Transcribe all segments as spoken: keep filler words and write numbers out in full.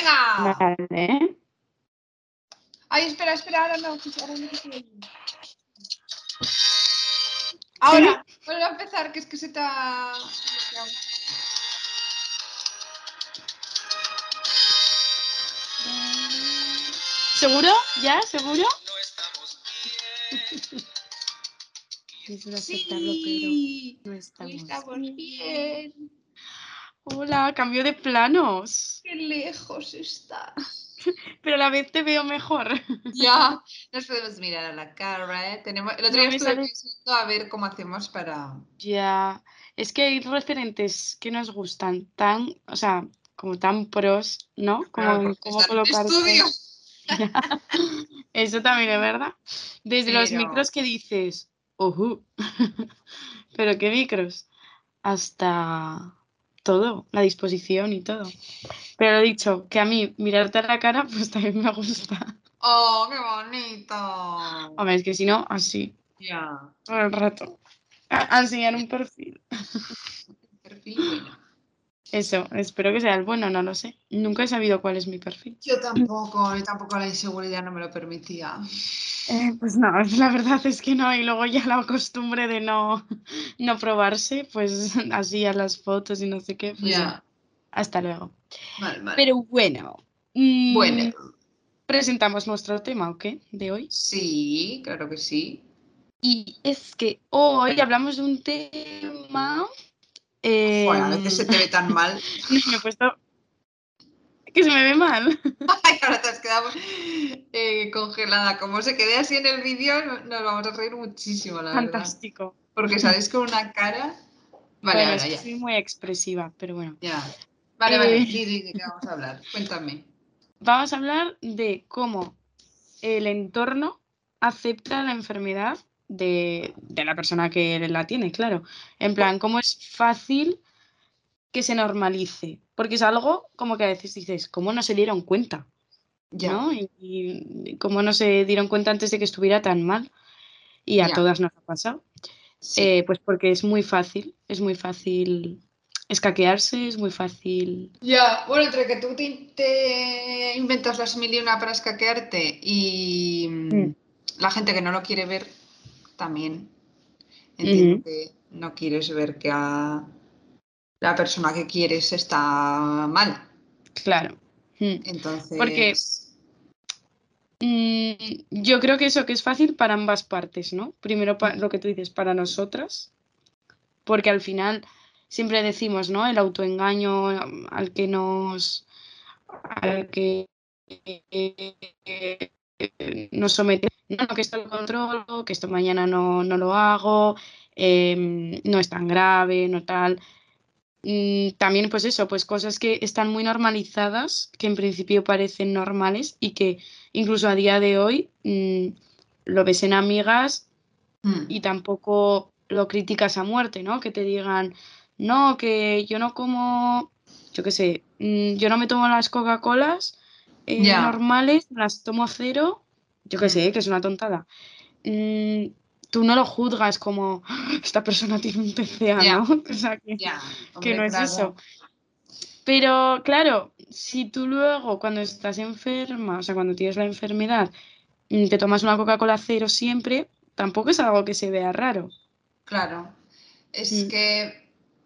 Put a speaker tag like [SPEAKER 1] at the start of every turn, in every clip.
[SPEAKER 1] ¡Venga!
[SPEAKER 2] Vale.
[SPEAKER 1] Ay, espera, espera, ahora no. Ahora no quise... Ahora, vuelve a empezar, que es que se te ha...
[SPEAKER 2] ¿Seguro? ¿Ya? ¿Seguro? Es de aceptarlo,
[SPEAKER 1] Sí,
[SPEAKER 2] pero no estamos,
[SPEAKER 1] estamos
[SPEAKER 2] bien.
[SPEAKER 1] bien.
[SPEAKER 2] Hola, cambio de planos.
[SPEAKER 1] Qué lejos estás.
[SPEAKER 2] Pero a la vez te veo mejor.
[SPEAKER 1] Ya, nos podemos mirar a la cara, ¿eh? Tenemos... El otro
[SPEAKER 2] No
[SPEAKER 1] día
[SPEAKER 2] me
[SPEAKER 1] estuve
[SPEAKER 2] sale...
[SPEAKER 1] pensando a ver cómo hacemos para...
[SPEAKER 2] Ya, es que hay referentes que nos gustan tan, o sea, como tan pros, ¿no? Como
[SPEAKER 1] Claro,
[SPEAKER 2] en
[SPEAKER 1] porque
[SPEAKER 2] cómo
[SPEAKER 1] están en
[SPEAKER 2] colocarte.
[SPEAKER 1] estudio.
[SPEAKER 2] Eso también es verdad. Desde los
[SPEAKER 1] Pero...
[SPEAKER 2] micros que dices, ujú, pero qué micros, hasta todo, la disposición y todo. Pero he dicho que a mí mirarte a la cara, pues también me gusta.
[SPEAKER 1] ¡Oh, qué bonito!
[SPEAKER 2] Hombre, es que si no, así,
[SPEAKER 1] Ya.
[SPEAKER 2] todo el rato. A, a enseñar un perfil.
[SPEAKER 1] Perfil bueno.
[SPEAKER 2] Eso, espero que sea el bueno, no lo sé. Nunca he sabido cuál es mi perfil.
[SPEAKER 1] Yo tampoco, y tampoco la inseguridad no me lo permitía.
[SPEAKER 2] Eh, pues no, la verdad es que no. Y luego ya la costumbre de no, no probarse, pues así a las fotos y no sé qué, pues ya.
[SPEAKER 1] Ya.
[SPEAKER 2] Hasta luego.
[SPEAKER 1] Vale, vale.
[SPEAKER 2] Pero bueno, mm,
[SPEAKER 1] Bueno,
[SPEAKER 2] presentamos nuestro tema, ¿ok? De hoy.
[SPEAKER 1] sí, claro que sí.
[SPEAKER 2] Y es que hoy hablamos de un tema.
[SPEAKER 1] Joder, a
[SPEAKER 2] em,
[SPEAKER 1] veces se te ve tan mal.
[SPEAKER 2] no, me he puesto que se me ve mal.
[SPEAKER 1] Ay, ahora te has quedado eh, congelada. Como se quede así en el vídeo, no- nos vamos a reír muchísimo, la verdad.
[SPEAKER 2] Fantástico.
[SPEAKER 1] Porque salís con una cara. Vale,
[SPEAKER 2] Bueno,
[SPEAKER 1] ahora
[SPEAKER 2] es que
[SPEAKER 1] ya.
[SPEAKER 2] soy muy expresiva, pero bueno.
[SPEAKER 1] Ya. Vale, vale.
[SPEAKER 2] Eh,
[SPEAKER 1] Di, di, ¿de qué vamos a hablar? Cuéntame.
[SPEAKER 2] vamos a hablar de cómo el entorno acepta la enfermedad de, de la persona que la tiene, claro. En plan, cómo es fácil que se normalice. Porque es algo como que a veces dices, ¿cómo no se dieron cuenta?
[SPEAKER 1] Ya,
[SPEAKER 2] ¿No? Y, y cómo no se dieron cuenta antes de que estuviera tan mal. Y a
[SPEAKER 1] ya.
[SPEAKER 2] todas nos ha pasado.
[SPEAKER 1] Sí.
[SPEAKER 2] Eh, pues porque es muy fácil, es muy fácil escaquearse, es muy fácil.
[SPEAKER 1] Ya, bueno, entre que tú te, te inventas las mil y una para escaquearte y
[SPEAKER 2] Mm,
[SPEAKER 1] mm, la gente que no lo quiere ver, también entiendo
[SPEAKER 2] ujú,
[SPEAKER 1] que no quieres ver que a la persona que quieres está mal.
[SPEAKER 2] claro. Mm. Porque
[SPEAKER 1] Entonces,
[SPEAKER 2] mm, yo creo que eso que es fácil para ambas partes, ¿no? Primero pa- lo que tú dices, para nosotras, porque al final siempre decimos, ¿no? El autoengaño mm, al que nos, al que eh, nos somete, no, que esto lo controlo, que esto mañana no, no lo hago, em, no es tan grave, no tal. Mm, también, pues eso, pues cosas que están muy normalizadas, que en principio parecen normales y que incluso a día de hoy mm, lo ves en amigas
[SPEAKER 1] mm,
[SPEAKER 2] y tampoco lo criticas a muerte, ¿no? Que te digan, no, que yo no como, yo qué sé, mm, yo no me tomo las Coca-Colas eh,
[SPEAKER 1] ya,
[SPEAKER 2] normales, las tomo cero, yo qué
[SPEAKER 1] mm,
[SPEAKER 2] sé, que es una tontada. Mm, tú no lo juzgas como, "Ah, esta persona tiene un T C A,
[SPEAKER 1] ya,
[SPEAKER 2] ¿no?" O sea, que,
[SPEAKER 1] ya,
[SPEAKER 2] que
[SPEAKER 1] hombre,
[SPEAKER 2] no es eso.
[SPEAKER 1] claro,
[SPEAKER 2] Pero claro, si tú luego cuando estás enferma, o sea, cuando tienes la enfermedad, mm, te tomas una Coca-Cola cero siempre, tampoco es algo que se vea raro.
[SPEAKER 1] claro. Es
[SPEAKER 2] Mm,
[SPEAKER 1] que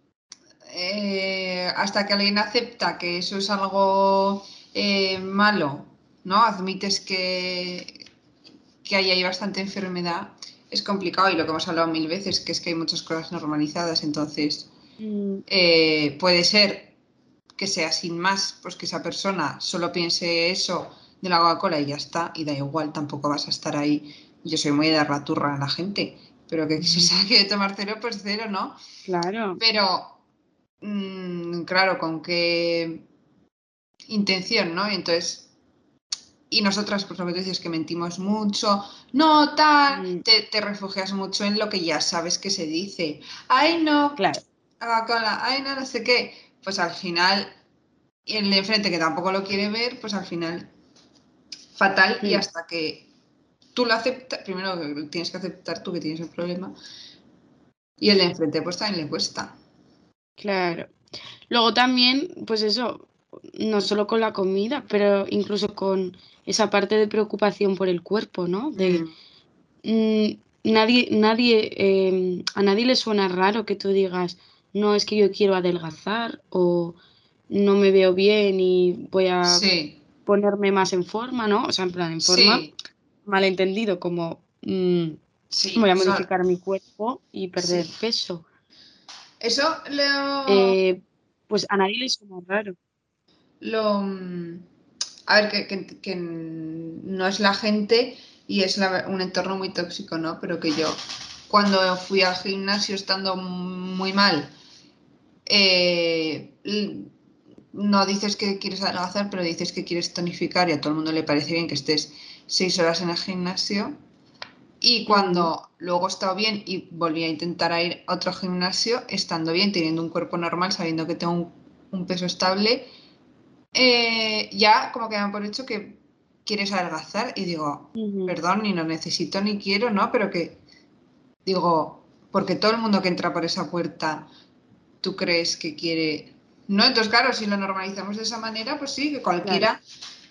[SPEAKER 1] eh, hasta que alguien acepta que eso es algo eh, malo, ¿no? Admites que, que hay ahí bastante enfermedad, es complicado y lo que hemos hablado mil veces, que es que hay muchas cosas normalizadas, entonces
[SPEAKER 2] mm,
[SPEAKER 1] eh, puede ser que sea sin más, pues que esa persona solo piense eso de la Coca-Cola y ya está, y da igual, tampoco vas a estar ahí. Yo soy muy de dar la turra a la gente, pero que si se quiere tomar cero, pues cero, ¿no?
[SPEAKER 2] claro.
[SPEAKER 1] Pero, mmm, claro, con qué intención, ¿no? Entonces, y nosotras, pues lo que tú dices, que mentimos mucho, no tal,
[SPEAKER 2] Mm,
[SPEAKER 1] te, te refugias mucho en lo que ya sabes que se dice. Ay, no,
[SPEAKER 2] claro.
[SPEAKER 1] Coca-Cola, ay, no, no sé qué. Pues al final, el de enfrente que tampoco lo quiere ver, pues al final, fatal. Y
[SPEAKER 2] Mm,
[SPEAKER 1] hasta que tú lo aceptas, primero tienes que aceptar tú que tienes el problema, y el de enfrente, pues también le cuesta.
[SPEAKER 2] claro. Luego también, pues eso, no solo con la comida, pero incluso con esa parte de preocupación por el cuerpo, ¿no? De
[SPEAKER 1] Mm,
[SPEAKER 2] mm, nadie, nadie, eh, a nadie le suena raro que tú digas, no, es que yo quiero adelgazar o no me veo bien y voy a
[SPEAKER 1] sí,
[SPEAKER 2] ponerme más en forma, ¿no? O sea, en plan, en forma,
[SPEAKER 1] sí,
[SPEAKER 2] malentendido, como mm, voy
[SPEAKER 1] sí,
[SPEAKER 2] a
[SPEAKER 1] son,
[SPEAKER 2] modificar mi cuerpo y perder
[SPEAKER 1] sí.
[SPEAKER 2] peso.
[SPEAKER 1] Eso lo,
[SPEAKER 2] Eh, pues a nadie le suena raro.
[SPEAKER 1] lo, mm, a ver, que, que- que no es la gente y es la- un entorno muy tóxico, ¿no? Pero que yo, cuando fui al gimnasio estando muy mal, eh, l- no dices que quieres adelgazar, pero dices que quieres tonificar y a todo el mundo le parece bien que estés seis horas en el gimnasio. Y
[SPEAKER 2] Mm,
[SPEAKER 1] cuando luego he estado bien y volví a intentar a ir a otro gimnasio, estando bien, teniendo un cuerpo normal, sabiendo que tengo un, un peso estable, eh, ya como que me han por hecho que quieres adelgazar y digo,
[SPEAKER 2] ujú,
[SPEAKER 1] perdón, ni lo necesito ni quiero, ¿no? Pero que digo, porque todo el mundo que entra por esa puerta, tú crees que quiere... No, entonces claro, si lo normalizamos de esa manera, pues sí, que
[SPEAKER 2] claro.
[SPEAKER 1] cualquiera...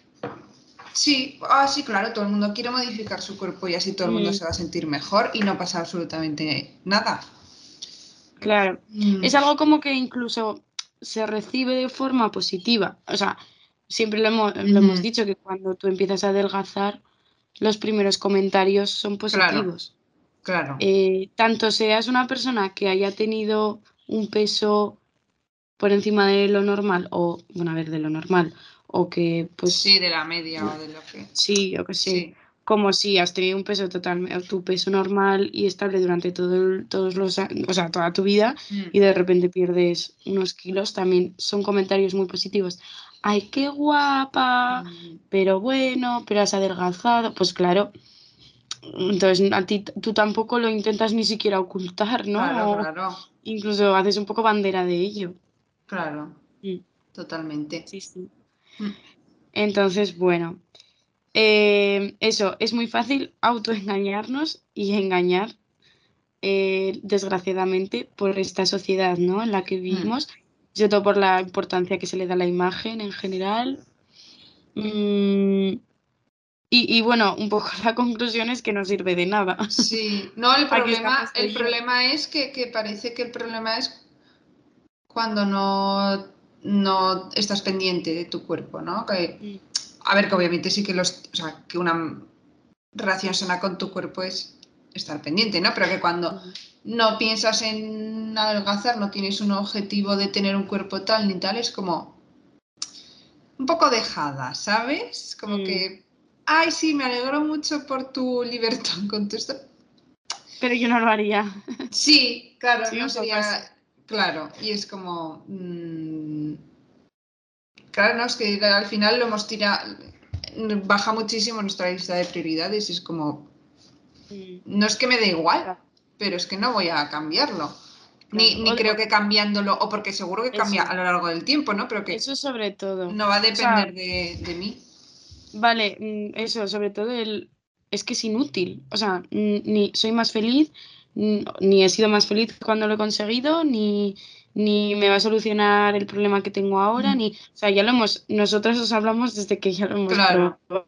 [SPEAKER 1] Sí, ah, sí, claro, todo el mundo quiere modificar su cuerpo y así todo el mundo
[SPEAKER 2] Mm,
[SPEAKER 1] se va a sentir mejor y no pasa absolutamente nada.
[SPEAKER 2] claro.
[SPEAKER 1] Mm,
[SPEAKER 2] Es algo como que incluso se recibe de forma positiva. O sea, siempre lo hemos, lo hemos
[SPEAKER 1] ujú,
[SPEAKER 2] dicho que cuando tú empiezas a adelgazar, los primeros comentarios son
[SPEAKER 1] claro,
[SPEAKER 2] positivos.
[SPEAKER 1] claro.
[SPEAKER 2] Eh, tanto seas una persona que haya tenido un peso por encima de lo normal, o, bueno, a ver, de lo normal, o que
[SPEAKER 1] Sí,
[SPEAKER 2] pues
[SPEAKER 1] de la media o de lo que...
[SPEAKER 2] sí, yo qué sé,
[SPEAKER 1] Sí.
[SPEAKER 2] como si has tenido un peso total, tu peso normal y estable durante todo el- todos los, a- o sea, toda tu vida
[SPEAKER 1] Mm,
[SPEAKER 2] y de repente pierdes unos kilos, también son comentarios muy positivos. Ay, qué guapa,
[SPEAKER 1] mm,
[SPEAKER 2] pero bueno, pero has adelgazado. Pues claro, entonces a ti tú tampoco lo intentas ni siquiera ocultar,
[SPEAKER 1] claro,
[SPEAKER 2] ¿no? O
[SPEAKER 1] claro,
[SPEAKER 2] incluso haces un poco bandera de ello.
[SPEAKER 1] claro,
[SPEAKER 2] Mm,
[SPEAKER 1] totalmente.
[SPEAKER 2] sí, sí.
[SPEAKER 1] Mm,
[SPEAKER 2] Entonces, bueno. Eh, eso, es muy fácil autoengañarnos y engañar, eh, desgraciadamente, por esta sociedad, ¿no? En la que
[SPEAKER 1] mm.
[SPEAKER 2] vivimos, sobre todo por la importancia que se le da a la imagen en general. Mm, y, y bueno, un poco la conclusión es que no sirve de nada.
[SPEAKER 1] Sí, no, el
[SPEAKER 2] Aquí
[SPEAKER 1] problema,
[SPEAKER 2] estamos tú
[SPEAKER 1] el
[SPEAKER 2] y yo.
[SPEAKER 1] problema es que, que parece que el problema es cuando no, no estás pendiente de tu cuerpo, ¿no? Que,
[SPEAKER 2] Mm,
[SPEAKER 1] a ver, que obviamente sí que los, o sea, que una relación sana con tu cuerpo es estar pendiente, ¿no? Pero que cuando
[SPEAKER 2] mm,
[SPEAKER 1] no piensas en adelgazar, no tienes un objetivo de tener un cuerpo tal ni tal, es como un poco dejada, ¿sabes? Como
[SPEAKER 2] mm.
[SPEAKER 1] que, ay, sí, me alegro mucho por tu libertad con tu esto.
[SPEAKER 2] Pero yo no lo haría.
[SPEAKER 1] Sí, claro,
[SPEAKER 2] Sí,
[SPEAKER 1] no
[SPEAKER 2] un poco así.
[SPEAKER 1] sería, claro, y es como, mmm, claro, no, es que al final lo hemos tirado, baja muchísimo nuestra lista de prioridades, y es como,
[SPEAKER 2] Mm,
[SPEAKER 1] no es que me dé igual,
[SPEAKER 2] claro,
[SPEAKER 1] pero es que no voy a cambiarlo.
[SPEAKER 2] claro.
[SPEAKER 1] Ni,
[SPEAKER 2] O-
[SPEAKER 1] ni creo
[SPEAKER 2] o-
[SPEAKER 1] que cambiándolo, o porque seguro que cambia
[SPEAKER 2] eso,
[SPEAKER 1] a lo largo del tiempo, ¿no? Pero que
[SPEAKER 2] eso sobre todo.
[SPEAKER 1] no va a
[SPEAKER 2] O sea,
[SPEAKER 1] depender de, de mí.
[SPEAKER 2] vale, mm, eso, sobre todo el... Es que es inútil. O sea, mm, ni soy más feliz, mm, ni he sido más feliz cuando lo he conseguido, ni, ni me va a solucionar el problema que tengo ahora,
[SPEAKER 1] Mm,
[SPEAKER 2] ni... O sea, ya lo hemos... Nosotras os hablamos desde que ya lo hemos
[SPEAKER 1] claro,
[SPEAKER 2] probado.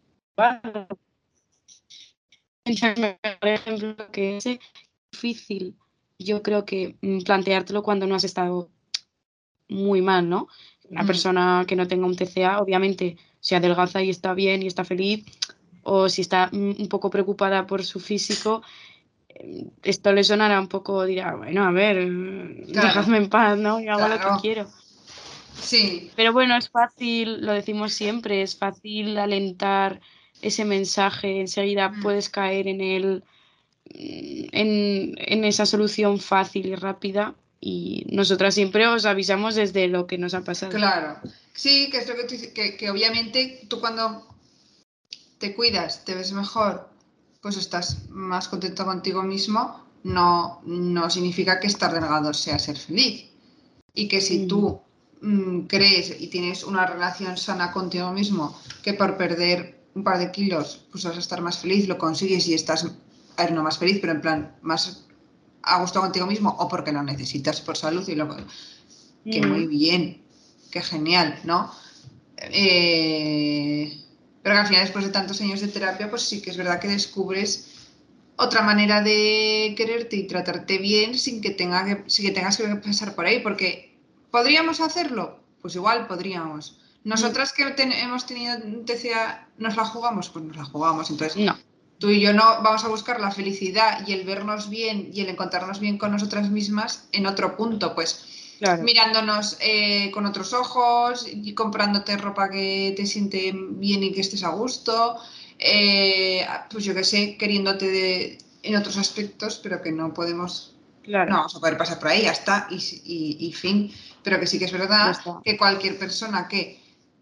[SPEAKER 2] Entonces, me por ejemplo, que es difícil, yo creo que mm, planteártelo cuando no has estado muy mal, ¿no? Una
[SPEAKER 1] mm,
[SPEAKER 2] persona que no tenga un T C A, obviamente, se adelgaza y está bien y está feliz, o si está mm, un poco preocupada por su físico, eh, esto le sonará un poco, dirá, bueno, a ver, eh,
[SPEAKER 1] claro,
[SPEAKER 2] dejadme en paz, ¿no? Yo hago lo que
[SPEAKER 1] claro,
[SPEAKER 2] quiero.
[SPEAKER 1] sí,
[SPEAKER 2] Pero bueno, es fácil, lo decimos siempre, es fácil alentar ese mensaje, enseguida
[SPEAKER 1] mm,
[SPEAKER 2] puedes caer en el, mm, en, en esa solución fácil y rápida. Y nosotras siempre os avisamos desde lo que nos ha pasado.
[SPEAKER 1] claro. Sí, que es lo que tú dices, que, que obviamente tú cuando te cuidas, te ves mejor, pues estás más contento contigo mismo, no, no significa que estar delgado sea ser feliz. Y que si
[SPEAKER 2] Ujú,
[SPEAKER 1] tú mmm, crees y tienes una relación sana contigo mismo, que por perder un par de kilos, pues vas a estar más feliz, lo consigues y estás, a ver, no más feliz, pero en plan, más a gusto contigo mismo, o porque lo necesitas por salud, y lo que muy
[SPEAKER 2] ujú,
[SPEAKER 1] bien, qué genial, ¿no? Eh, pero que al final, después de tantos años de terapia, pues sí que es verdad que descubres otra manera de quererte y tratarte bien sin que, tenga que, sin que tengas que pasar por ahí, porque ¿podríamos hacerlo? Pues igual podríamos.
[SPEAKER 2] Mm,
[SPEAKER 1] Nosotras que ten- hemos tenido T C A, ¿nos la jugamos? Pues nos la jugamos. Entonces,
[SPEAKER 2] no,
[SPEAKER 1] tú y yo no vamos a buscar la felicidad y el vernos bien y el encontrarnos bien con nosotras mismas en otro punto, pues
[SPEAKER 2] claro,
[SPEAKER 1] mirándonos eh, con otros ojos y comprándote ropa que te siente bien y que estés a gusto, eh, pues yo qué sé, queriéndote de- en otros aspectos, pero que no podemos, no
[SPEAKER 2] claro,
[SPEAKER 1] vamos a poder pasar por ahí, ya está, y, y- y fin. Pero que sí que es
[SPEAKER 2] ya
[SPEAKER 1] verdad
[SPEAKER 2] está.
[SPEAKER 1] que cualquier persona que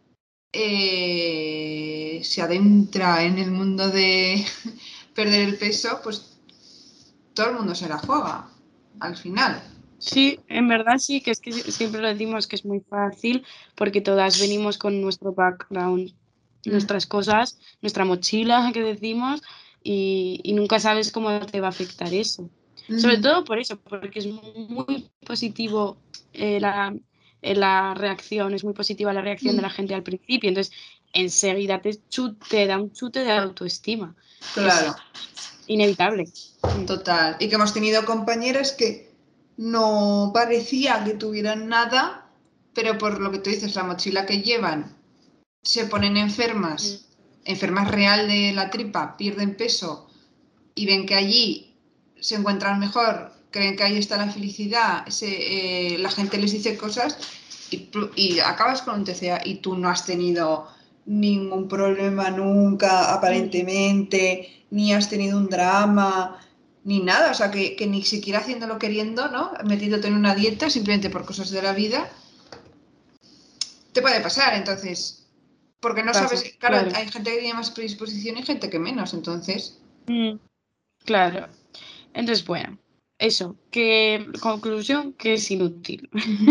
[SPEAKER 1] eh, se adentra en el mundo de perder el peso, pues todo el mundo se la juega al final.
[SPEAKER 2] Sí, en verdad sí, que es que si- siempre lo decimos que es muy fácil porque todas venimos con nuestro background,
[SPEAKER 1] Mm,
[SPEAKER 2] nuestras cosas, nuestra mochila que decimos y, y nunca sabes cómo te va a afectar eso. Sobre
[SPEAKER 1] mm,
[SPEAKER 2] todo por eso, porque es muy positivo eh, la, eh, la reacción, es muy positiva la reacción de la
[SPEAKER 1] mm.
[SPEAKER 2] gente al principio, entonces enseguida te, chu- te da un chute de autoestima.
[SPEAKER 1] Claro.
[SPEAKER 2] Es inevitable. Mm,
[SPEAKER 1] Total. Y que hemos tenido compañeras que no parecía que tuvieran nada, pero por lo que tú dices, la mochila que llevan, se ponen
[SPEAKER 2] mm,
[SPEAKER 1] enfermas, enfermas real de la tripa, pierden peso y ven que allí se encuentran mejor, creen que ahí está la felicidad, se, eh, la gente les dice cosas y, y acabas con un T C A y tú no has tenido ningún problema nunca,
[SPEAKER 2] mm.
[SPEAKER 1] aparentemente, ni has tenido un drama, ni nada, o sea, que, que ni siquiera haciéndolo queriendo, ¿no? Metiéndote en una dieta simplemente por cosas de la vida, te puede pasar, entonces, porque no sabes,
[SPEAKER 2] Pasa,
[SPEAKER 1] claro,
[SPEAKER 2] claro.
[SPEAKER 1] hay gente que tiene más predisposición y gente que menos, entonces,
[SPEAKER 2] Mm, claro. Entonces, bueno, eso, que conclusión que es inútil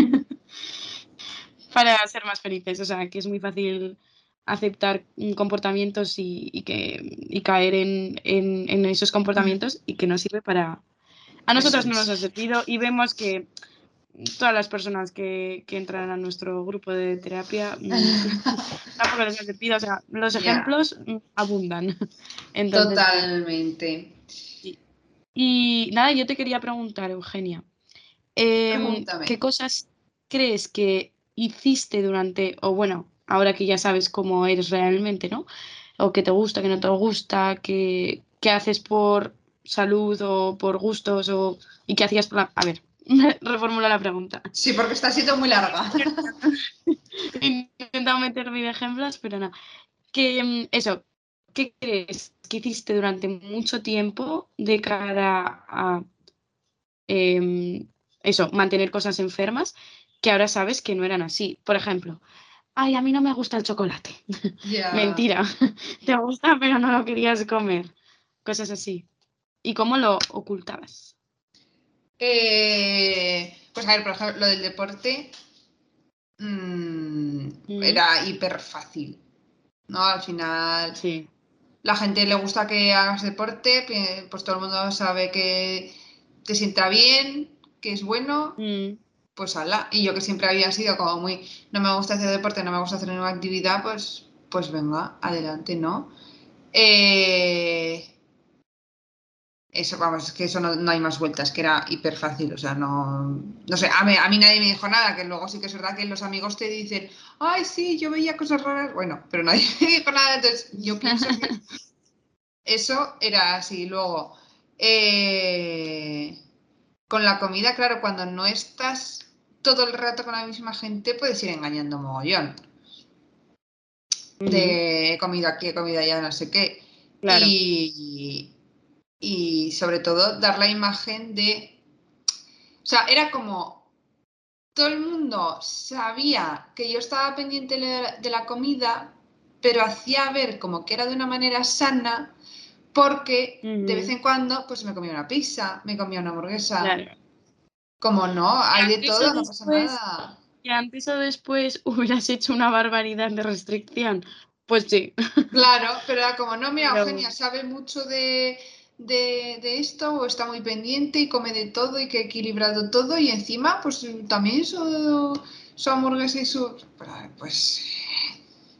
[SPEAKER 2] para ser más felices, o sea, que es muy fácil aceptar mm, comportamientos y, y que y caer en, en, en esos comportamientos y que no sirve para... A
[SPEAKER 1] eso
[SPEAKER 2] nosotros no nos ha
[SPEAKER 1] es.
[SPEAKER 2] servido y vemos que todas las personas que, que entran a nuestro grupo de terapia mm, tampoco les ha servido, o sea, los
[SPEAKER 1] Ya,
[SPEAKER 2] ejemplos mm, abundan. Entonces, bueno,
[SPEAKER 1] totalmente.
[SPEAKER 2] sí. Y nada, yo te quería preguntar, Eugenia. Em,
[SPEAKER 1] Pregúntame.
[SPEAKER 2] ¿qué cosas crees que hiciste durante, o bueno, ahora que ya sabes cómo eres realmente, ¿no? O que te gusta, que no te gusta, que, que haces por salud o por gustos, o, y qué hacías por la... A ver, reformula la pregunta.
[SPEAKER 1] Sí, porque está siendo muy larga.
[SPEAKER 2] He intentado meter mil ejemplos, pero no. Que, em, eso, ¿qué crees que hiciste durante mucho tiempo de cara a em, eso, mantener cosas enfermas que ahora sabes que no eran así? Por ejemplo, ay, a mí no me gusta el chocolate.
[SPEAKER 1] Ya.
[SPEAKER 2] Mentira, te gusta, pero no lo querías comer. Cosas así. ¿Y cómo lo ocultabas?
[SPEAKER 1] Eh, pues a ver, por ejemplo, lo del deporte mm,
[SPEAKER 2] Mm,
[SPEAKER 1] era hiper fácil, ¿no? Al final,
[SPEAKER 2] sí.
[SPEAKER 1] la gente le gusta que hagas deporte, que, pues todo el mundo sabe que te sienta bien, que es bueno,
[SPEAKER 2] Mm,
[SPEAKER 1] pues ala. Y yo que siempre había sido como muy, no me gusta hacer deporte, no me gusta hacer ninguna actividad, pues, pues venga, adelante, ¿no? Eh, Eso, vamos, es que eso no, no hay más vueltas, que era hiper fácil, o sea, no, no sé, a mí, a mí nadie me dijo nada, que luego sí que es verdad que los amigos te dicen, ay, sí, yo veía cosas raras, bueno, pero nadie me dijo nada, entonces yo pienso que eso era así. Luego, eh, con la comida, claro, cuando no estás todo el rato con la misma gente, puedes ir engañando mogollón
[SPEAKER 2] ujú,
[SPEAKER 1] de comida aquí, comida allá, no sé qué.
[SPEAKER 2] claro.
[SPEAKER 1] Y, y sobre todo dar la imagen de, o sea, era como todo el mundo sabía que yo estaba pendiente de la, de la comida, pero hacía ver como que era de una manera sana, porque de vez
[SPEAKER 2] Ujú,
[SPEAKER 1] en cuando pues me comía una pizza, me comía una hamburguesa.
[SPEAKER 2] claro.
[SPEAKER 1] Como no,
[SPEAKER 2] Y
[SPEAKER 1] hay de
[SPEAKER 2] antes o
[SPEAKER 1] todo, no pasa
[SPEAKER 2] después,
[SPEAKER 1] nada.
[SPEAKER 2] y antes o después hubieras hecho una barbaridad de restricción. Pues sí,
[SPEAKER 1] Claro, pero era como, no, mira,
[SPEAKER 2] pero
[SPEAKER 1] Eugenia sabe mucho de, de, de esto, o está muy pendiente y come de todo y que ha equilibrado todo, y encima, pues también su, su hamburguesa y su. Pues.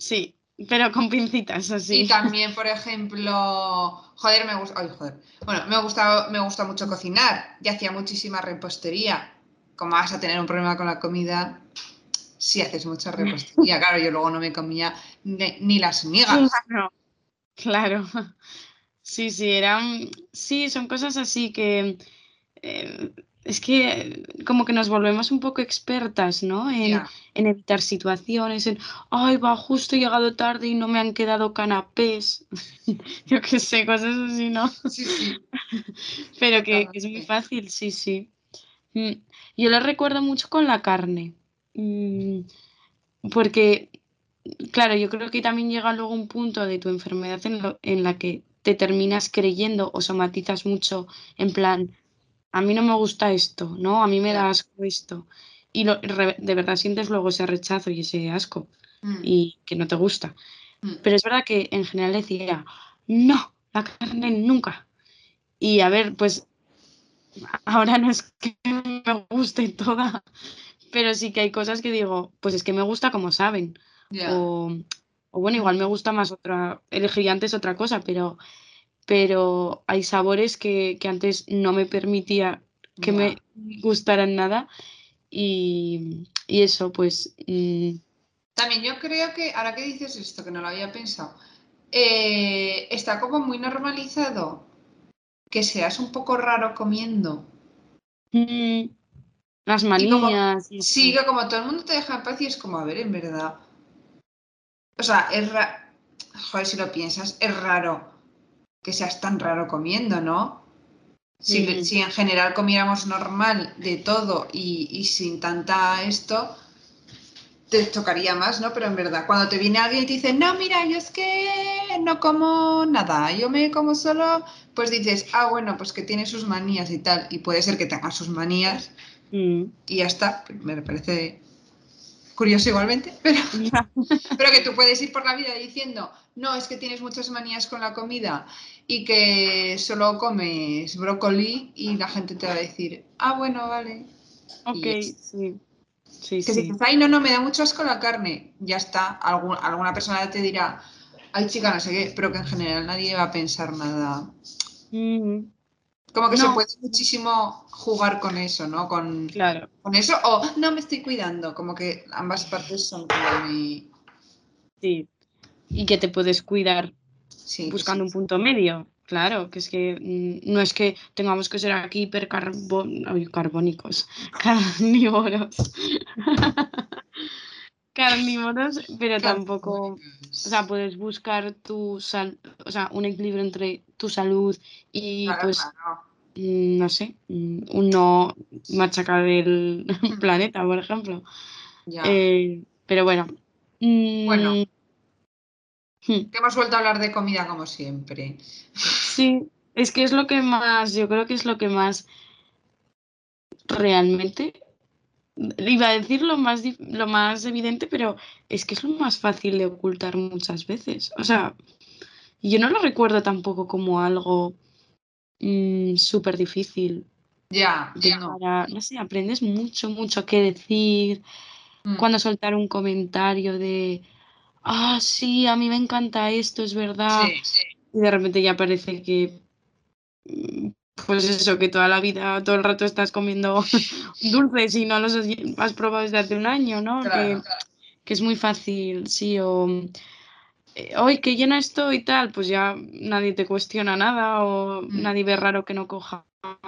[SPEAKER 2] Sí, pero con pincitas, así.
[SPEAKER 1] Y también, por ejemplo, joder, me gusta, ay, joder. Bueno, me gusta, me gusta mucho cocinar y hacía muchísima repostería. Como vas a tener un problema con la comida si haces mucha repostería? Claro, yo luego no me comía ni, ni las migas.
[SPEAKER 2] Claro, claro. Sí, sí, eran, sí, son cosas así que eh, es que como que nos volvemos un poco expertas, ¿no? En,
[SPEAKER 1] Ya,
[SPEAKER 2] en evitar situaciones, en, ay, va, justo he llegado tarde y no me han quedado canapés. Yo qué sé, cosas así, ¿no?
[SPEAKER 1] sí, sí,
[SPEAKER 2] Pero que, que es muy
[SPEAKER 1] totalmente.
[SPEAKER 2] fácil, sí, sí. Mm, Yo lo recuerdo mucho con la carne. Mm, Porque, claro, yo creo que también llega luego un punto de tu enfermedad en, lo- en la que te terminas creyendo o somatizas mucho en plan, a mí no me gusta esto, ¿no? A mí me
[SPEAKER 1] Ya.
[SPEAKER 2] da asco esto. Y lo- re- de verdad sientes luego ese rechazo y ese asco
[SPEAKER 1] Mm,
[SPEAKER 2] y que no te gusta.
[SPEAKER 1] mm,
[SPEAKER 2] Pero es verdad que en general decía, no, la carne nunca. Y a ver, pues ahora no es que me guste toda, pero sí que hay cosas que digo, pues es que me gusta como saben.
[SPEAKER 1] ya,
[SPEAKER 2] O, o bueno, igual
[SPEAKER 1] mm,
[SPEAKER 2] me gusta más otra, elegiría antes otra cosa, pero, pero hay sabores que, que antes no me permitía que
[SPEAKER 1] ya.
[SPEAKER 2] me gustaran nada y, y eso, pues, mm,
[SPEAKER 1] También yo creo que, ahora que dices esto, que no lo había pensado, eh, está como muy normalizado que seas un poco raro comiendo.
[SPEAKER 2] mm, las
[SPEAKER 1] Y como,
[SPEAKER 2] manías y
[SPEAKER 1] sí,
[SPEAKER 2] eso.
[SPEAKER 1] que como todo el mundo te deja en paz y es como, a ver, en verdad. O sea, es raro, joder, si lo piensas, es raro que seas tan raro comiendo, ¿no? Si,
[SPEAKER 2] Mm,
[SPEAKER 1] si en general comiéramos normal de todo y, y sin tanta esto, te tocaría más, ¿no? Pero en verdad, cuando te viene alguien y te dice, no, mira, yo es que no como nada, yo me como solo, pues dices, ah, bueno, pues que tiene sus manías y tal, y puede ser que tenga sus manías
[SPEAKER 2] mm,
[SPEAKER 1] y ya está, me parece curioso igualmente, pero,
[SPEAKER 2] ya.
[SPEAKER 1] pero que tú puedes ir por la vida diciendo, no, es que tienes muchas manías con la comida y que solo comes brócoli y la gente te va a decir, ah, bueno, vale.
[SPEAKER 2] Ok,
[SPEAKER 1] Y ya está.
[SPEAKER 2] sí, sí,
[SPEAKER 1] Que si
[SPEAKER 2] sí.
[SPEAKER 1] dices, ay, no, no, me da mucho asco la carne, ya está. Algún- alguna persona te dirá, ay, chica, no sé qué, pero que en general nadie va a pensar nada.
[SPEAKER 2] Mm,
[SPEAKER 1] Como que se
[SPEAKER 2] no,
[SPEAKER 1] puede muchísimo jugar con eso, ¿no? Con,
[SPEAKER 2] claro,
[SPEAKER 1] con eso, o no me estoy cuidando, como que ambas partes son como muy.
[SPEAKER 2] sí. Y que te puedes cuidar
[SPEAKER 1] Sí, que
[SPEAKER 2] buscando
[SPEAKER 1] sí.
[SPEAKER 2] un punto medio. Claro, que es que mm, no es que tengamos que ser aquí hipercarbónicos, carnívoros, carnívoros, pero tampoco, o sea,
[SPEAKER 1] Carbónicos.
[SPEAKER 2] puedes buscar tu sal, o sea, un equilibrio entre tu salud y
[SPEAKER 1] Claro,
[SPEAKER 2] pues,
[SPEAKER 1] claro.
[SPEAKER 2] mm, no sé, mm, un no machacar el
[SPEAKER 1] Hmm,
[SPEAKER 2] planeta, por ejemplo.
[SPEAKER 1] ya.
[SPEAKER 2] Eh, pero bueno,
[SPEAKER 1] Bueno,
[SPEAKER 2] mm, hmm.
[SPEAKER 1] que hemos vuelto a hablar de comida como siempre.
[SPEAKER 2] Sí, es que es lo que más, yo creo que es lo que más realmente, iba a decir lo más, dif- lo más evidente, pero es que es lo más fácil de ocultar muchas veces. O sea, yo no lo recuerdo tampoco como algo mm, súper difícil
[SPEAKER 1] Ya,
[SPEAKER 2] de
[SPEAKER 1] no.
[SPEAKER 2] cara, no sé, aprendes mucho, mucho qué decir,
[SPEAKER 1] Hmm,
[SPEAKER 2] cuándo soltar un comentario de, ah, sí, a mí me encanta esto, es verdad,
[SPEAKER 1] sí,
[SPEAKER 2] y de repente ya parece que mm, pues eso, que toda la vida, todo el rato estás comiendo dulces y no los has, has probado desde hace un año, ¿no? Que,
[SPEAKER 1] claro.
[SPEAKER 2] que es muy fácil, sí, o eh, hoy que llena esto y tal, pues ya nadie te cuestiona nada o
[SPEAKER 1] Hmm,
[SPEAKER 2] nadie ve raro que no coja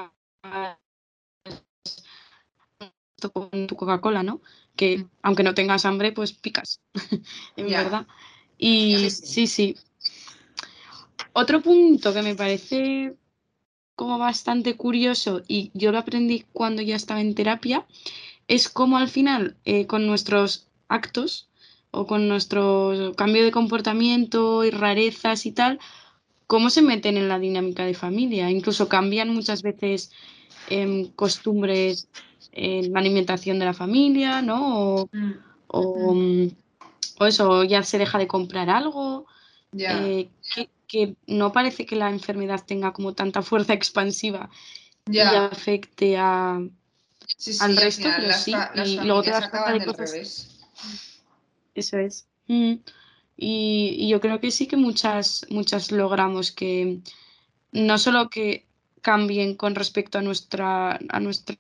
[SPEAKER 2] esto con tu Coca-Cola, ¿no?
[SPEAKER 1] hmm,
[SPEAKER 2] Que aunque no tengas hambre, pues picas, en
[SPEAKER 1] ya,
[SPEAKER 2] verdad.
[SPEAKER 1] sí,
[SPEAKER 2] Y
[SPEAKER 1] sí.
[SPEAKER 2] sí, sí. Otro punto que me parece como bastante curioso y yo lo aprendí cuando ya estaba en terapia es cómo al final eh, con nuestros actos o con nuestro cambio de comportamiento y rarezas y tal, cómo se meten en la dinámica de familia. Incluso cambian muchas veces em, costumbres en la alimentación de la familia, ¿no? O,
[SPEAKER 1] Hmm,
[SPEAKER 2] o,
[SPEAKER 1] hmm,
[SPEAKER 2] mm, o eso, ya se deja de comprar algo,
[SPEAKER 1] ya,
[SPEAKER 2] eh, que, que no parece que la enfermedad tenga como tanta fuerza expansiva y
[SPEAKER 1] ya.
[SPEAKER 2] afecte a,
[SPEAKER 1] Sí,
[SPEAKER 2] al
[SPEAKER 1] sí, al
[SPEAKER 2] resto,
[SPEAKER 1] final
[SPEAKER 2] pero
[SPEAKER 1] las,
[SPEAKER 2] sí.
[SPEAKER 1] fa- las
[SPEAKER 2] Y luego te
[SPEAKER 1] familias
[SPEAKER 2] das cuenta
[SPEAKER 1] acaban
[SPEAKER 2] de
[SPEAKER 1] del
[SPEAKER 2] cosas.
[SPEAKER 1] revés.
[SPEAKER 2] Eso es. Mm. Y, y yo creo que sí que muchas, muchas logramos que no solo que cambien con respecto a nuestra, a nuestro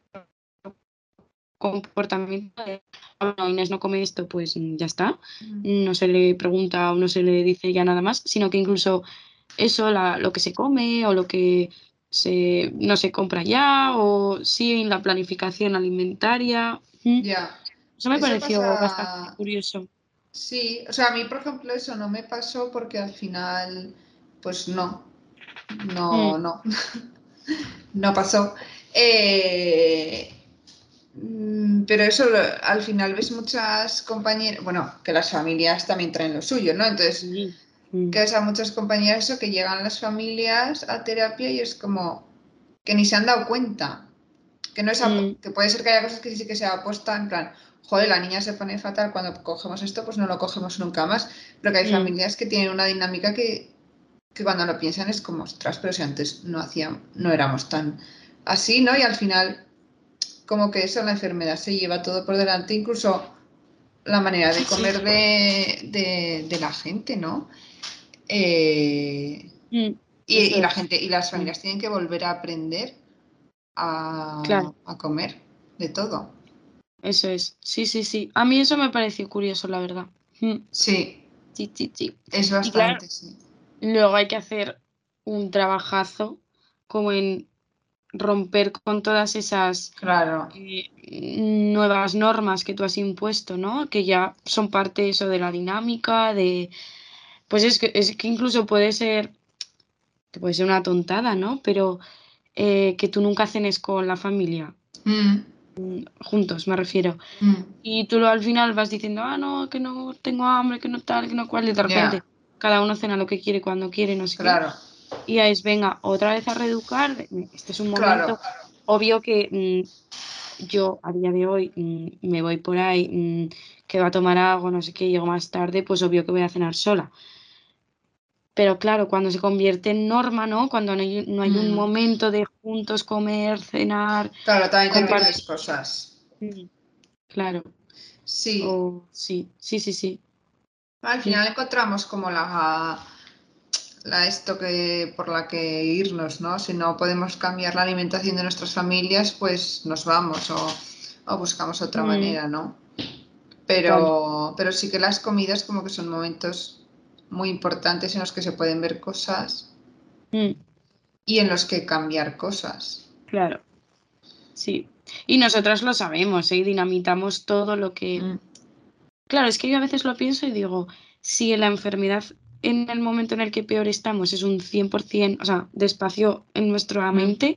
[SPEAKER 2] comportamiento de, "Ah, no, Inés no come esto, pues mm, ya está,
[SPEAKER 1] Mm.
[SPEAKER 2] no se le pregunta o no se le dice ya nada más", sino que incluso eso, la- lo que se come o lo que se, no se compra ya o sí en la planificación alimentaria. Mm.
[SPEAKER 1] Ya.
[SPEAKER 2] Eso me
[SPEAKER 1] Eso
[SPEAKER 2] pareció bastante
[SPEAKER 1] pasa.
[SPEAKER 2] curioso.
[SPEAKER 1] Sí, o sea, a mí, por ejemplo, eso no me pasó porque al final, pues no,
[SPEAKER 2] Mm,
[SPEAKER 1] no, no, no pasó. Eh, mm, pero eso, lo- al final ves muchas compañeras, bueno, que las familias también traen lo suyo, ¿no? Entonces,
[SPEAKER 2] sí. Mm,
[SPEAKER 1] que ves a muchas compañeras eso, que llegan las familias a terapia y es como que ni se han dado cuenta. Que no es
[SPEAKER 2] mm,
[SPEAKER 1] apo- que puede ser que haya cosas que sí que sea aposta, en plan, joder, la niña se pone fatal cuando cogemos esto, pues no lo cogemos nunca más. Pero que hay
[SPEAKER 2] mm,
[SPEAKER 1] familias que tienen una dinámica que, que cuando lo piensan es como, ostras, pero si antes no hacíamos, no éramos tan así, ¿no? Y al final, como que eso, la enfermedad se lleva todo por delante, incluso la manera de
[SPEAKER 2] sí, sí.
[SPEAKER 1] comer de, de, de la gente, ¿no? Eh,
[SPEAKER 2] Mm,
[SPEAKER 1] y,
[SPEAKER 2] eso
[SPEAKER 1] y la
[SPEAKER 2] es.
[SPEAKER 1] gente, y las
[SPEAKER 2] Mm,
[SPEAKER 1] familias tienen que volver a aprender a,
[SPEAKER 2] claro,
[SPEAKER 1] a comer de todo.
[SPEAKER 2] eso es. Sí, sí, sí. A mí eso me pareció curioso, la verdad. Mm,
[SPEAKER 1] Sí,
[SPEAKER 2] sí, sí, sí.
[SPEAKER 1] es
[SPEAKER 2] Y claro,
[SPEAKER 1] bastante, sí.
[SPEAKER 2] luego hay que hacer un trabajazo como en romper con todas esas
[SPEAKER 1] Claro.
[SPEAKER 2] eh, nuevas normas que tú has impuesto, ¿no? Que ya son parte eso de la dinámica, de... Pues es que, es que incluso puede ser, que puede ser una tontada, ¿no? Pero eh, que tú nunca cenes con la familia,
[SPEAKER 1] Mm,
[SPEAKER 2] juntos me refiero.
[SPEAKER 1] mm,
[SPEAKER 2] Y tú lo, al final vas diciendo, ah, no, que no tengo hambre, que no tal, que no cual, y de
[SPEAKER 1] ya,
[SPEAKER 2] repente cada uno cena lo que quiere cuando quiere, no sé qué.
[SPEAKER 1] claro,
[SPEAKER 2] Y ahí es, venga, otra vez a reeducar. de- Este es un
[SPEAKER 1] claro.
[SPEAKER 2] momento, obvio que mm, yo a día de hoy mm, me voy por ahí, mm, que va a tomar algo, no sé qué, llego más tarde, pues obvio que voy a cenar sola. Pero claro, cuando se convierte en norma, ¿no? Cuando no hay, no hay un
[SPEAKER 1] Mm,
[SPEAKER 2] momento de juntos comer, cenar,
[SPEAKER 1] claro, también te pides
[SPEAKER 2] compartir.
[SPEAKER 1] cosas.
[SPEAKER 2] Mm, claro,
[SPEAKER 1] Sí,
[SPEAKER 2] o sí, sí, sí, sí.
[SPEAKER 1] al
[SPEAKER 2] Mm,
[SPEAKER 1] final encontramos como la, la esto que por la que irnos, ¿no? Si no podemos cambiar la alimentación de nuestras familias, pues nos vamos o, o buscamos otra
[SPEAKER 2] mm,
[SPEAKER 1] manera, ¿no?
[SPEAKER 2] total.
[SPEAKER 1] Pero, pero sí que las comidas como que son momentos muy importantes en los que se pueden ver cosas
[SPEAKER 2] Mm,
[SPEAKER 1] y en los que cambiar cosas.
[SPEAKER 2] claro, sí. Y nosotras lo sabemos, ¿eh? Y dinamitamos todo lo que...
[SPEAKER 1] Mm,
[SPEAKER 2] Claro, es que yo a veces lo pienso y digo, si la enfermedad en el momento en el que peor estamos es un cien por ciento, o sea, despacio en nuestra
[SPEAKER 1] mm,
[SPEAKER 2] mente,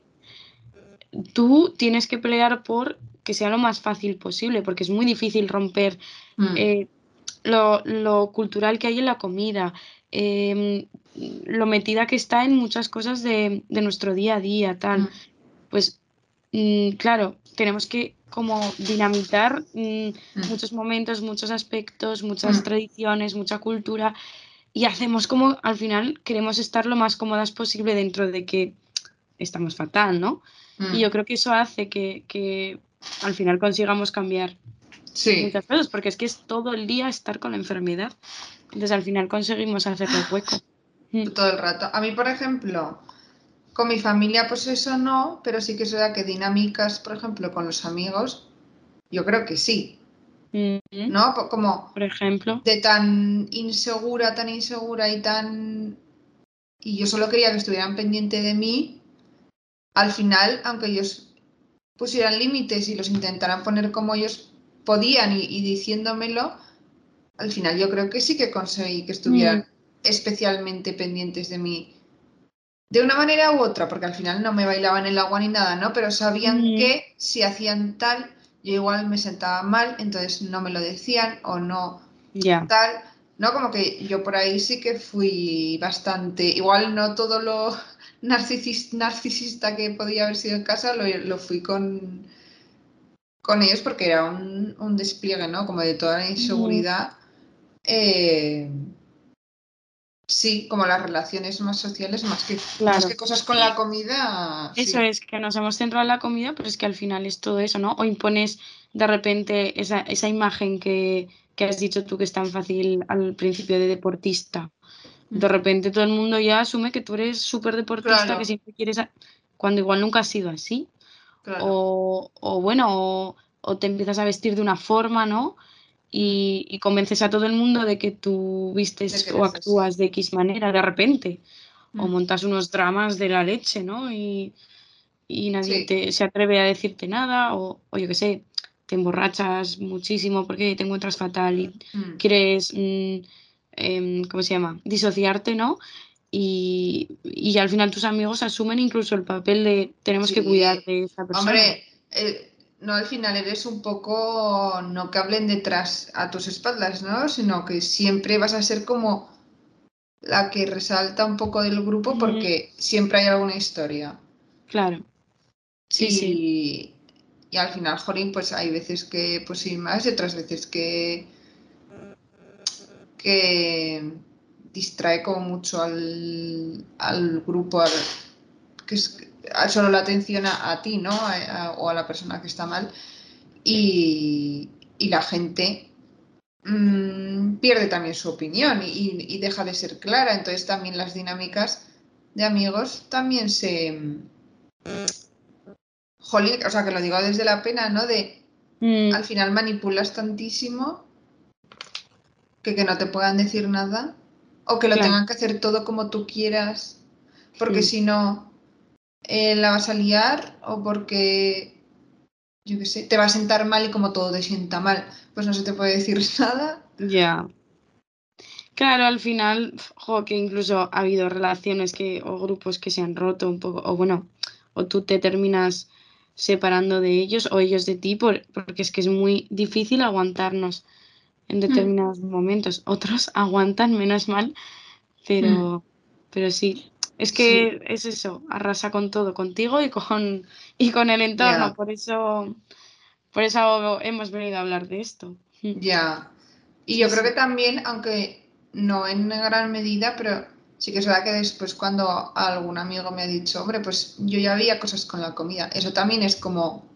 [SPEAKER 2] tú tienes que pelear por que sea lo más fácil posible, porque es muy difícil romper
[SPEAKER 1] mm,
[SPEAKER 2] eh, lo, lo cultural que hay en la comida, em, lo metida que está en muchas cosas de, de nuestro día a día, tal.
[SPEAKER 1] mm,
[SPEAKER 2] Pues mm, claro, tenemos que como dinamitar mm,
[SPEAKER 1] mm,
[SPEAKER 2] muchos momentos, muchos aspectos, muchas
[SPEAKER 1] mm,
[SPEAKER 2] tradiciones, mucha cultura y hacemos como al final queremos estar lo más cómodas posible dentro de que estamos fatal, ¿no? Y
[SPEAKER 1] mm.
[SPEAKER 2] yo creo que eso hace que, que al final consigamos cambiar
[SPEAKER 1] Sí,
[SPEAKER 2] muchas cosas, porque es que es todo el día estar con la enfermedad. Entonces al final conseguimos hacerle hueco. Mm,
[SPEAKER 1] todo el rato. A mí, por ejemplo, con mi familia, pues eso no, pero sí que es verdad que dinámicas, por ejemplo, con los amigos, yo creo que sí,
[SPEAKER 2] mm, mm,
[SPEAKER 1] ¿no? Po- Como
[SPEAKER 2] por ejemplo,
[SPEAKER 1] de tan insegura, tan insegura y tan... Y yo solo quería que estuvieran pendiente de mí, al final, aunque ellos pusieran límites y los intentaran poner como ellos podían y, y diciéndomelo, al final yo creo que sí que conseguí que
[SPEAKER 2] mm,
[SPEAKER 1] estuvieran especialmente pendientes de mí. De una manera u otra, porque al final no me bailaban el agua ni nada, ¿no? Pero sabían
[SPEAKER 2] mm,
[SPEAKER 1] que si hacían tal, yo igual me sentaba mal, entonces no me lo decían o no
[SPEAKER 2] ya,
[SPEAKER 1] tal, ¿no? Como que yo por ahí sí que fui bastante, igual no todo lo narcisis- narcisista que podía haber sido en casa, lo, lo fui con, con ellos porque era un, un despliegue, ¿no? Como de toda la
[SPEAKER 2] mm,
[SPEAKER 1] inseguridad. eh, Sí, como las relaciones más sociales, más que, más que
[SPEAKER 2] Claro.
[SPEAKER 1] cosas con la
[SPEAKER 2] Y
[SPEAKER 1] comida,
[SPEAKER 2] eso
[SPEAKER 1] sí.
[SPEAKER 2] es, que nos hemos centrado en la comida, pero es que al final es todo eso, ¿no? O impones de repente esa, esa imagen que, que has dicho tú que es tan fácil al principio de deportista. De
[SPEAKER 1] Mm.
[SPEAKER 2] repente todo el mundo ya asume que tú eres súper deportista, que
[SPEAKER 1] Claro,
[SPEAKER 2] siempre quieres, a- cuando igual nunca has sido así.
[SPEAKER 1] claro.
[SPEAKER 2] O, o bueno, o, o te empiezas a vestir de una forma, ¿no?
[SPEAKER 1] Mm.
[SPEAKER 2] Y, y convences a todo el mundo de que tú
[SPEAKER 1] De que
[SPEAKER 2] vistes o
[SPEAKER 1] eres así.
[SPEAKER 2] actúas de X manera de repente. O
[SPEAKER 1] Mm.
[SPEAKER 2] montas unos dramas de la leche, ¿no? Y, y nadie
[SPEAKER 1] Sí.
[SPEAKER 2] te, se atreve a decirte nada, o, o yo qué sé, te emborrachas muchísimo porque te encuentras fatal y
[SPEAKER 1] Mm.
[SPEAKER 2] quieres, mm, em, ¿cómo se llama? Disociarte, ¿no? Y, y al final tus amigos asumen incluso el papel de tenemos que cuidar
[SPEAKER 1] Sí.
[SPEAKER 2] de esta persona.
[SPEAKER 1] Hombre, eh, no al final eres un poco, no que hablen detrás a tus espaldas, ¿no? Sino que siempre vas a ser como la que resalta un poco del grupo
[SPEAKER 2] Mm,
[SPEAKER 1] porque siempre hay alguna historia.
[SPEAKER 2] claro, sí, sí.
[SPEAKER 1] Y, y al final, jolín, pues hay veces que pues sí más y otras veces que, que distrae como mucho al, al grupo, al- que es a- solo la atención a, a ti, ¿no? A- a- o a la persona que está mal. Y, y la gente mm, pierde también su opinión y, y deja de ser clara. Entonces también las dinámicas de amigos también se... Jolín, o sea, que lo digo desde la pena, ¿no? De al
[SPEAKER 2] Mm,
[SPEAKER 1] final manipulas tantísimo que, que no te puedan decir nada o que lo
[SPEAKER 2] claro.
[SPEAKER 1] tengan que hacer todo como tú quieras, porque
[SPEAKER 2] Mm,
[SPEAKER 1] si no eh, la vas a liar o porque, yo qué sé, te va a sentar mal y como todo te sienta mal, pues no se te puede decir nada.
[SPEAKER 2] ya. Claro, al final, jo, que incluso ha habido relaciones que, o grupos que se han roto un poco, o bueno, o tú te terminas separando de ellos o ellos de ti, por- porque es que es muy difícil aguantarnos en
[SPEAKER 1] Hmm,
[SPEAKER 2] determinados momentos. Otros aguantan, menos mal,
[SPEAKER 1] hmm.
[SPEAKER 2] pero, pero sí, es
[SPEAKER 1] Sí,
[SPEAKER 2] que es eso, arrasa con todo, contigo y con, y con el entorno.
[SPEAKER 1] ya,
[SPEAKER 2] Por eso, por eso hemos venido a hablar de esto. Mm,
[SPEAKER 1] ya. Y
[SPEAKER 2] sí,
[SPEAKER 1] yo creo que
[SPEAKER 2] sí.
[SPEAKER 1] también, aunque no en gran medida, pero sí que es verdad que después cuando algún amigo me ha dicho, hombre, pues yo ya había cosas con la comida, eso también es como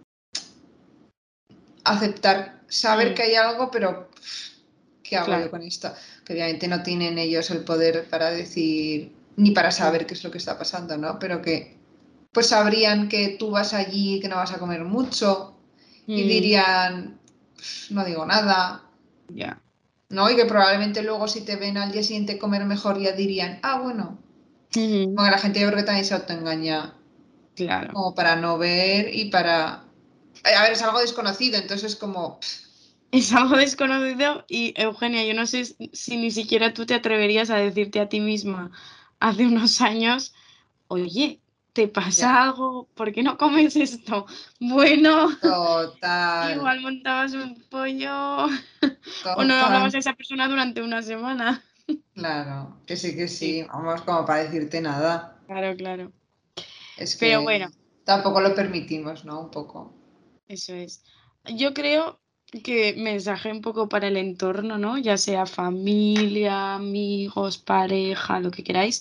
[SPEAKER 1] aceptar, saber
[SPEAKER 2] Mm,
[SPEAKER 1] que hay algo, pero ¿qué hago yo
[SPEAKER 2] claro.
[SPEAKER 1] con esto? Que obviamente no tienen ellos el poder para decir, ni para
[SPEAKER 2] Mm,
[SPEAKER 1] saber qué es lo que está pasando, ¿no? Pero que pues sabrían que tú vas allí, que no vas a comer mucho y
[SPEAKER 2] mm,
[SPEAKER 1] dirían, "Pf, no digo nada,
[SPEAKER 2] ya.
[SPEAKER 1] ¿no? Y que probablemente luego si te ven al día siguiente comer mejor ya dirían, ah, bueno.
[SPEAKER 2] Ujú,
[SPEAKER 1] Bueno, la gente yo creo que también se autoengaña
[SPEAKER 2] claro.
[SPEAKER 1] como para no ver y para... A ver, es algo desconocido, entonces es como... pf,
[SPEAKER 2] Es algo desconocido y Eugenia, yo no sé s- si ni siquiera tú te atreverías a decirte a ti misma hace unos años, oye, ¿te pasa
[SPEAKER 1] ya,
[SPEAKER 2] algo? ¿Por qué no comes esto? Bueno,
[SPEAKER 1] total,
[SPEAKER 2] igual montabas un pollo o no
[SPEAKER 1] total.
[SPEAKER 2] hablabas a esa persona durante una semana.
[SPEAKER 1] Claro, que sí, que
[SPEAKER 2] Sí,
[SPEAKER 1] sí, vamos, como para decirte nada.
[SPEAKER 2] claro, claro.
[SPEAKER 1] Es
[SPEAKER 2] Pero bueno,
[SPEAKER 1] que tampoco lo permitimos, ¿no? Un poco.
[SPEAKER 2] eso es. Yo creo que mensaje un poco para el entorno, ¿no? Ya sea familia, amigos, pareja, lo que queráis.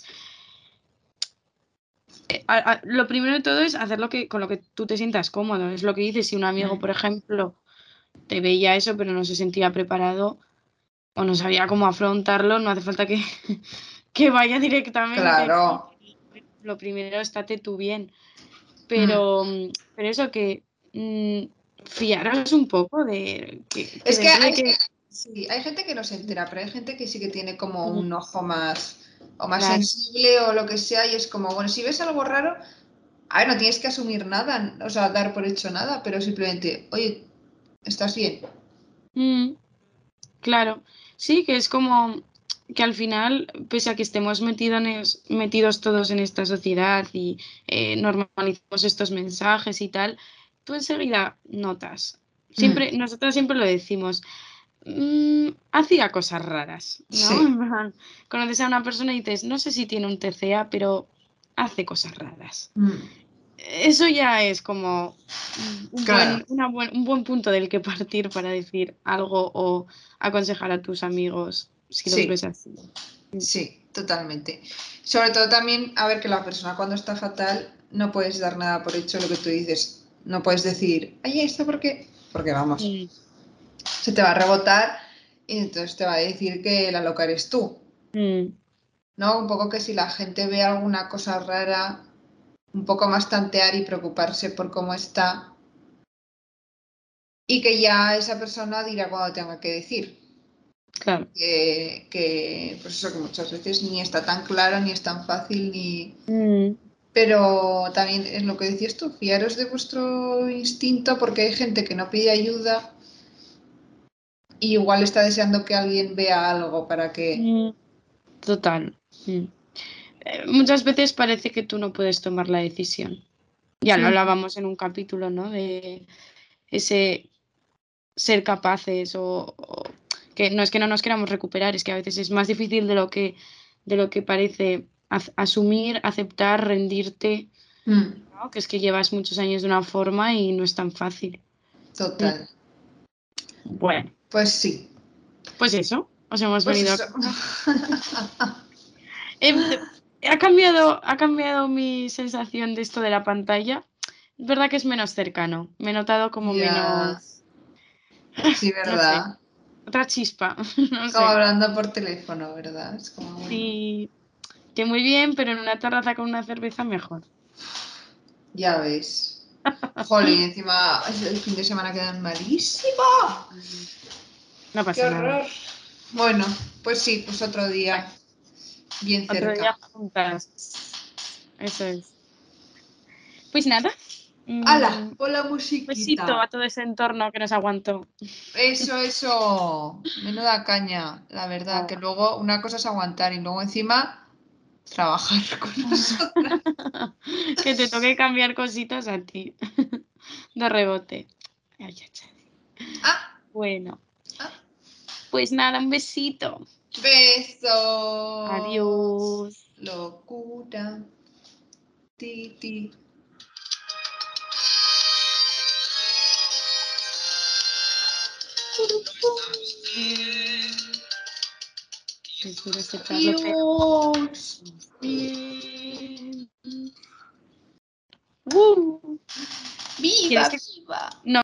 [SPEAKER 2] A- a- lo primero de todo es hacer lo que, con lo que tú te sientas cómodo. Es lo que dices, si un amigo,
[SPEAKER 1] Mm,
[SPEAKER 2] por ejemplo, te veía eso, pero no se sentía preparado o no sabía cómo afrontarlo, no hace falta que, que vaya directamente aquí.
[SPEAKER 1] claro.
[SPEAKER 2] Lo primero, estate tú bien.
[SPEAKER 1] Mm.
[SPEAKER 2] Pero, mm, pero eso que mm, fiaros un poco de que, que
[SPEAKER 1] Es que
[SPEAKER 2] dentro de
[SPEAKER 1] hay,
[SPEAKER 2] que...
[SPEAKER 1] sí, hay gente que no se entera, pero hay gente que sí que tiene como
[SPEAKER 2] Mm,
[SPEAKER 1] un ojo más o más
[SPEAKER 2] claro.
[SPEAKER 1] sensible o lo que sea y es como, bueno, si ves algo raro, a ver, no tienes que asumir nada, o sea, dar por hecho nada, pero simplemente, oye, ¿estás bien?
[SPEAKER 2] Mm, claro, sí, que es como que al final, pese a que estemos metidos, metidos todos en esta sociedad y eh, normalizamos estos mensajes y tal, tú enseguida notas.
[SPEAKER 1] Mm,
[SPEAKER 2] Siempre, nosotros siempre lo decimos, "Mm, hacía cosas raras, ¿no?"
[SPEAKER 1] sí.
[SPEAKER 2] En plan, conoces a una persona y dices, no sé si tiene un T C A, pero hace cosas raras.
[SPEAKER 1] Mm,
[SPEAKER 2] Eso ya es como un un
[SPEAKER 1] claro.
[SPEAKER 2] buen, una buen, un buen punto del que partir para decir algo o aconsejar a tus amigos si los
[SPEAKER 1] Sí.
[SPEAKER 2] ves así.
[SPEAKER 1] Sí, totalmente. Sobre todo también, a ver, que la persona cuando está fatal no puedes dar nada por hecho lo que tú dices. No puedes decir, ay, ¿esto por qué? Porque vamos,
[SPEAKER 2] Mm,
[SPEAKER 1] se te va a rebotar y entonces te va a decir que la loca eres tú,
[SPEAKER 2] mm,
[SPEAKER 1] ¿no? Un poco que si la gente ve alguna cosa rara, un poco más tantear y preocuparse por cómo está y que ya esa persona dirá cuando tenga que decir.
[SPEAKER 2] claro.
[SPEAKER 1] Que, que, pues eso, que muchas veces ni está tan claro, ni es tan fácil, ni...
[SPEAKER 2] Mm,
[SPEAKER 1] Pero también es lo que decías tú, fiaros de vuestro instinto porque hay gente que no pide ayuda y igual está deseando que alguien vea algo para que...
[SPEAKER 2] mm, total. Mm. Eh, muchas veces parece que tú no puedes tomar la decisión. Ya lo
[SPEAKER 1] Mm,
[SPEAKER 2] hablábamos en un capítulo, ¿no? De ese ser capaces o, o que no es que no nos queramos recuperar, es que a veces es más difícil de lo que, de lo que parece az- asumir, aceptar, rendirte,
[SPEAKER 1] mm,
[SPEAKER 2] ¿no? Que es que llevas muchos años de una forma y no es tan fácil. Mm,
[SPEAKER 1] total.
[SPEAKER 2] Bueno,
[SPEAKER 1] Pues sí,
[SPEAKER 2] pues eso, os hemos
[SPEAKER 1] pues
[SPEAKER 2] venido a
[SPEAKER 1] eso.
[SPEAKER 2] contar. Em, de- ha cambiado, ha cambiado mi sensación de esto de la pantalla. Es verdad que es menos cercano. Me he notado como
[SPEAKER 1] Ya,
[SPEAKER 2] menos,
[SPEAKER 1] sí,
[SPEAKER 2] no sé,
[SPEAKER 1] ¿verdad?
[SPEAKER 2] otra chispa, no
[SPEAKER 1] Como
[SPEAKER 2] sé.
[SPEAKER 1] hablando por teléfono, ¿verdad? Es como, bueno,
[SPEAKER 2] Sí, que muy bien, pero en una terraza con una cerveza mejor.
[SPEAKER 1] ya ves. Jolín, encima el fin de semana quedan malísimo.
[SPEAKER 2] No
[SPEAKER 1] ¡Qué
[SPEAKER 2] pasa nada.
[SPEAKER 1] horror! Bueno, pues sí, pues otro
[SPEAKER 2] Bueno,
[SPEAKER 1] día bien
[SPEAKER 2] otro día
[SPEAKER 1] cerca.
[SPEAKER 2] juntas. Eso es. Pues nada,
[SPEAKER 1] ¡Hala!
[SPEAKER 2] mm,
[SPEAKER 1] Pon la
[SPEAKER 2] besito
[SPEAKER 1] musiquita.
[SPEAKER 2] a todo ese entorno que nos aguantó.
[SPEAKER 1] Eso, eso. Menuda caña, la verdad. Que
[SPEAKER 2] Nada.
[SPEAKER 1] luego una cosa es aguantar y luego encima trabajar con nosotras.
[SPEAKER 2] Que te toque cambiar cositas a ti. De rebote. Ay, ay, ay.
[SPEAKER 1] Ah,
[SPEAKER 2] Bueno,
[SPEAKER 1] ah.
[SPEAKER 2] pues nada, un besito.
[SPEAKER 1] Besos.
[SPEAKER 2] Adiós.
[SPEAKER 1] Locura. Ti, ti.
[SPEAKER 2] Es duro aceptarlo, pero
[SPEAKER 1] Dios.
[SPEAKER 2] bien. Uh,
[SPEAKER 1] Viva,
[SPEAKER 2] ¿quieres que
[SPEAKER 1] viva.
[SPEAKER 2] no